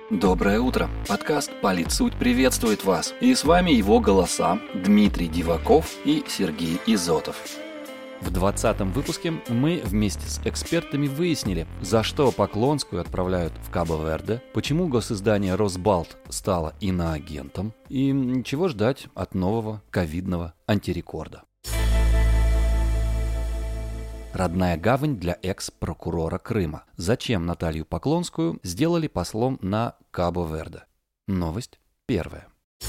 Доброе утро! Подкаст «Политсуть» приветствует вас. И с вами его голоса Дмитрий Диваков и Сергей Изотов. В 20-м выпуске мы вместе с экспертами выяснили, за что Поклонскую отправляют в Кабо-Верде, почему госиздание «Росбалт» стало иноагентом и чего ждать от нового ковидного антирекорда. Родная гавань для экс-прокурора Крыма. Зачем Наталью Поклонскую сделали послом на Кабо-Верде? Новость первая.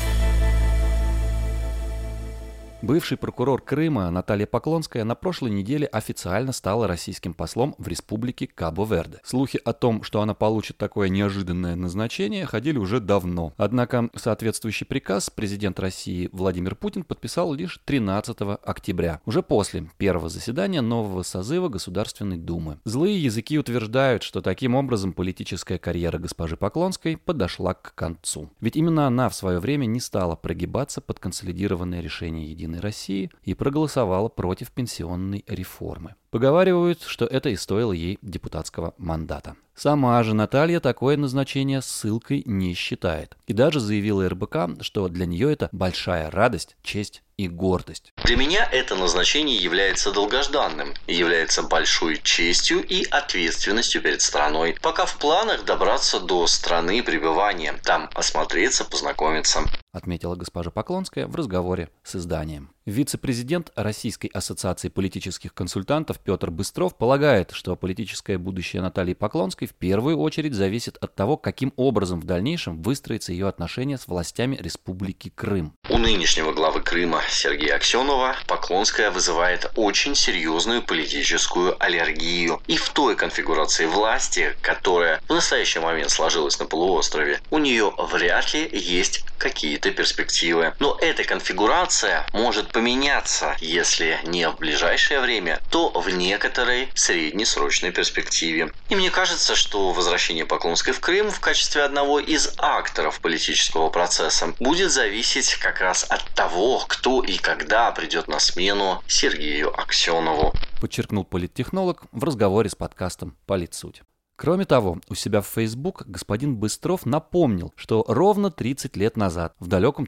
Бывший прокурор Крыма Наталья Поклонская на прошлой неделе официально стала российским послом в республике Кабо-Верде. Слухи о том, что она получит такое неожиданное назначение, ходили уже давно. Однако соответствующий приказ президент России Владимир Путин подписал лишь 13 октября, уже после первого заседания нового созыва Государственной Думы. Злые языки утверждают, что таким образом политическая карьера госпожи Поклонской подошла к концу. Ведь именно она в свое время не стала прогибаться под консолидированное решение Единой России и проголосовала против пенсионной реформы. Поговаривают, что это и стоило ей депутатского мандата. Сама же Наталья такое назначение ссылкой не считает. И даже заявила РБК, что для нее это большая радость, честь и гордость. Для меня это назначение является долгожданным, является большой честью и ответственностью перед страной. Пока в планах добраться до страны пребывания, там осмотреться, познакомиться, отметила госпожа Поклонская в разговоре с изданием. Вице-президент Российской ассоциации политических консультантов Петр Быстров полагает, что политическое будущее Натальи Поклонской в первую очередь зависит от того, каким образом в дальнейшем выстроятся ее отношения с властями Республики Крым. У нынешнего главы Крыма Сергея Аксенова Поклонская вызывает очень серьезную политическую аллергию. И в той конфигурации власти, которая в настоящий момент сложилась на полуострове, у нее вряд ли есть какие-то перспективы. Но эта конфигурация может поменяться, если не в ближайшее время, то в некоторой среднесрочной перспективе. И мне кажется, что возвращение Поклонской в Крым в качестве одного из акторов политического процесса будет зависеть как раз от того, кто и когда придет на смену Сергею Аксенову, подчеркнул политтехнолог в разговоре с подкастом «Политсуть». Кроме того, у себя в Facebook господин Быстров напомнил, что ровно 30 лет назад, в далеком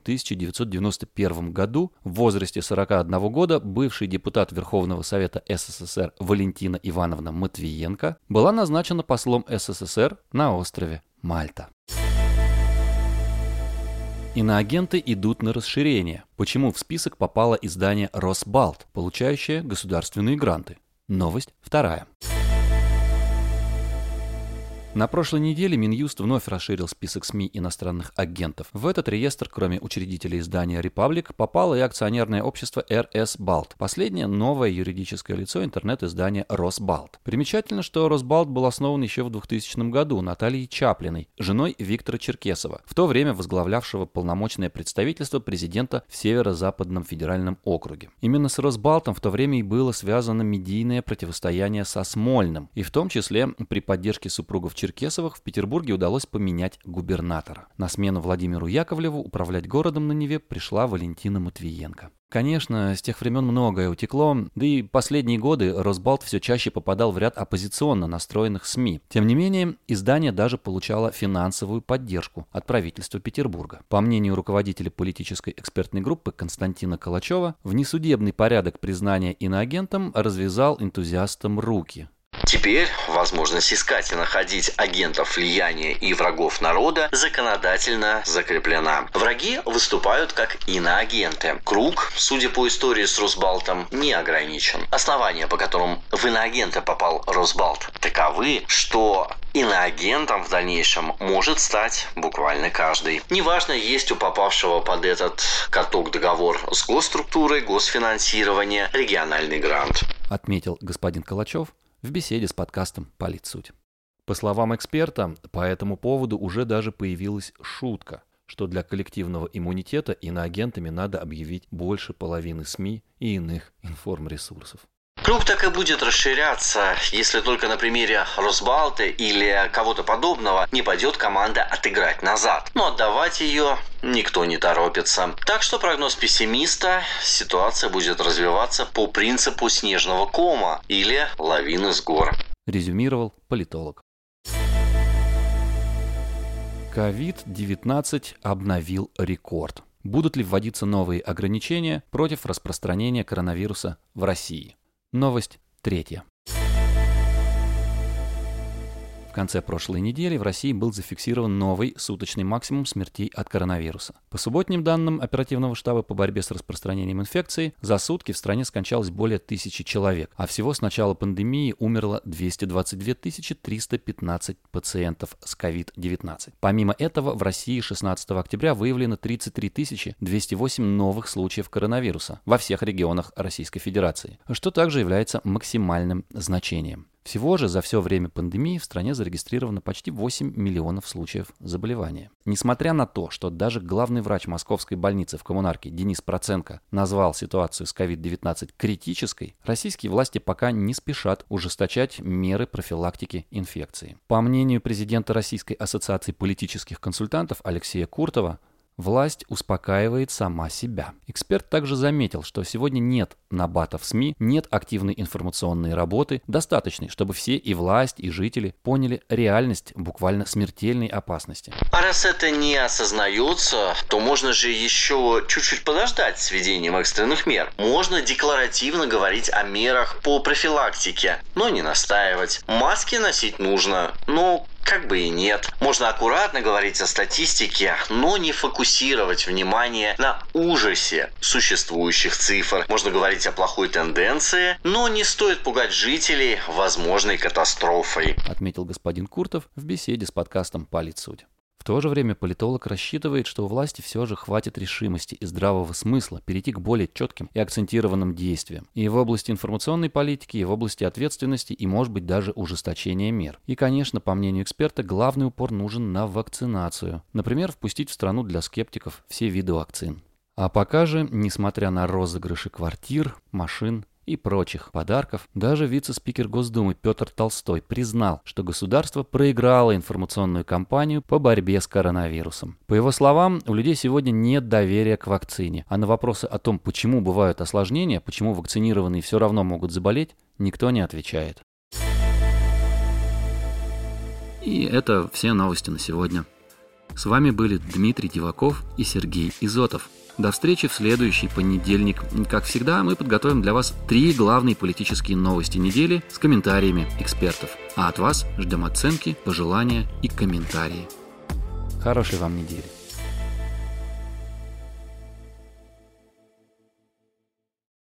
1991 году, в возрасте 41 года, бывший депутат Верховного Совета СССР Валентина Ивановна Матвиенко была назначена послом СССР на острове Мальта. Иноагенты идут на расширение. Почему в список попало издание «Росбалт», получающее государственные гранты? Новость вторая. На прошлой неделе Минюст вновь расширил список СМИ иностранных агентов. В этот реестр, кроме учредителей издания «Репаблик», попало и акционерное общество «РС-Балт». Последнее – новое юридическое лицо интернет-издания «Росбалт». Примечательно, что «Росбалт» был основан еще в 2000 году Натальей Чаплиной, женой Виктора Черкесова, в то время возглавлявшего полномочное представительство президента в Северо-Западном федеральном округе. Именно с «Росбалтом» в то время и было связано медийное противостояние со Смольным, и в том числе при поддержке супругов Черкесовых в Петербурге удалось поменять губернатора. На смену Владимиру Яковлеву управлять городом на Неве пришла Валентина Матвиенко. Конечно, с тех времен многое утекло, да и последние годы Росбалт все чаще попадал в ряд оппозиционно настроенных СМИ. Тем не менее, издание даже получало финансовую поддержку от правительства Петербурга. По мнению руководителя политической экспертной группы Константина Калачева, внесудебный порядок признания иноагентом развязал энтузиастам руки. Теперь возможность искать и находить агентов влияния и врагов народа законодательно закреплена. Враги выступают как иноагенты. Круг, судя по истории с Росбалтом, не ограничен. Основания, по которым в иноагенты попал Росбалт, таковы, что иноагентом в дальнейшем может стать буквально каждый. Неважно, есть у попавшего под этот каток договор с госструктурой, госфинансирование, региональный грант, отметил господин Калачев в беседе с подкастом «Политсуть». По словам эксперта, по этому поводу уже даже появилась шутка, что для коллективного иммунитета иноагентами надо объявить больше половины СМИ и иных информресурсов. Круг так и будет расширяться, если только на примере Росбалта или кого-то подобного не пойдет команда отыграть назад. Но отдавать ее никто не торопится. Так что прогноз пессимиста: ситуация будет развиваться по принципу снежного кома или лавины с гор. Резюмировал политолог. COVID-19 обновил рекорд. Будут ли вводиться новые ограничения против распространения коронавируса в России? Новость третья. В конце прошлой недели в России был зафиксирован новый суточный максимум смертей от коронавируса. По субботним данным оперативного штаба по борьбе с распространением инфекции, за сутки в стране скончалось более 1000 человек, а всего с начала пандемии умерло 222 315 пациентов с COVID-19. Помимо этого, в России 16 октября выявлено 33 208 новых случаев коронавируса во всех регионах Российской Федерации, что также является максимальным значением. Всего же за все время пандемии в стране зарегистрировано почти 8 миллионов случаев заболевания. Несмотря на то, что даже главный врач Московской больницы в Коммунарке Денис Проценко назвал ситуацию с COVID-19 критической, российские власти пока не спешат ужесточать меры профилактики инфекции. По мнению президента Российской ассоциации политических консультантов Алексея Куртова, власть успокаивает сама себя. Эксперт также заметил, что сегодня нет набата в СМИ, нет активной информационной работы, достаточной, чтобы все и власть, и жители поняли реальность буквально смертельной опасности. А раз это не осознается, то можно же еще чуть-чуть подождать с введением экстренных мер. Можно декларативно говорить о мерах по профилактике, но не настаивать. Маски носить нужно, но как бы и нет. Можно аккуратно говорить о статистике, но не фокусировать внимание на ужасе существующих цифр. Можно говорить о плохой тенденции, но не стоит пугать жителей возможной катастрофой, отметил господин Куртов в беседе с подкастом «Политсудь». В то же время политолог рассчитывает, что у власти все же хватит решимости и здравого смысла перейти к более четким и акцентированным действиям. И в области информационной политики, и в области ответственности, и, может быть, даже ужесточения мер. И, конечно, по мнению эксперта, главный упор нужен на вакцинацию. Например, впустить в страну для скептиков все виды вакцин. А пока же, несмотря на розыгрыши квартир, машин и прочих подарков, даже вице-спикер Госдумы Петр Толстой признал, что государство проиграло информационную кампанию по борьбе с коронавирусом. По его словам, у людей сегодня нет доверия к вакцине, а на вопросы о том, почему бывают осложнения, почему вакцинированные все равно могут заболеть, никто не отвечает. И это все новости на сегодня. С вами были Дмитрий Диваков и Сергей Изотов. До встречи в следующий понедельник. Как всегда, мы подготовим для вас 3 главные политические новости недели с комментариями экспертов. А от вас ждем оценки, пожелания и комментарии. Хорошей вам недели.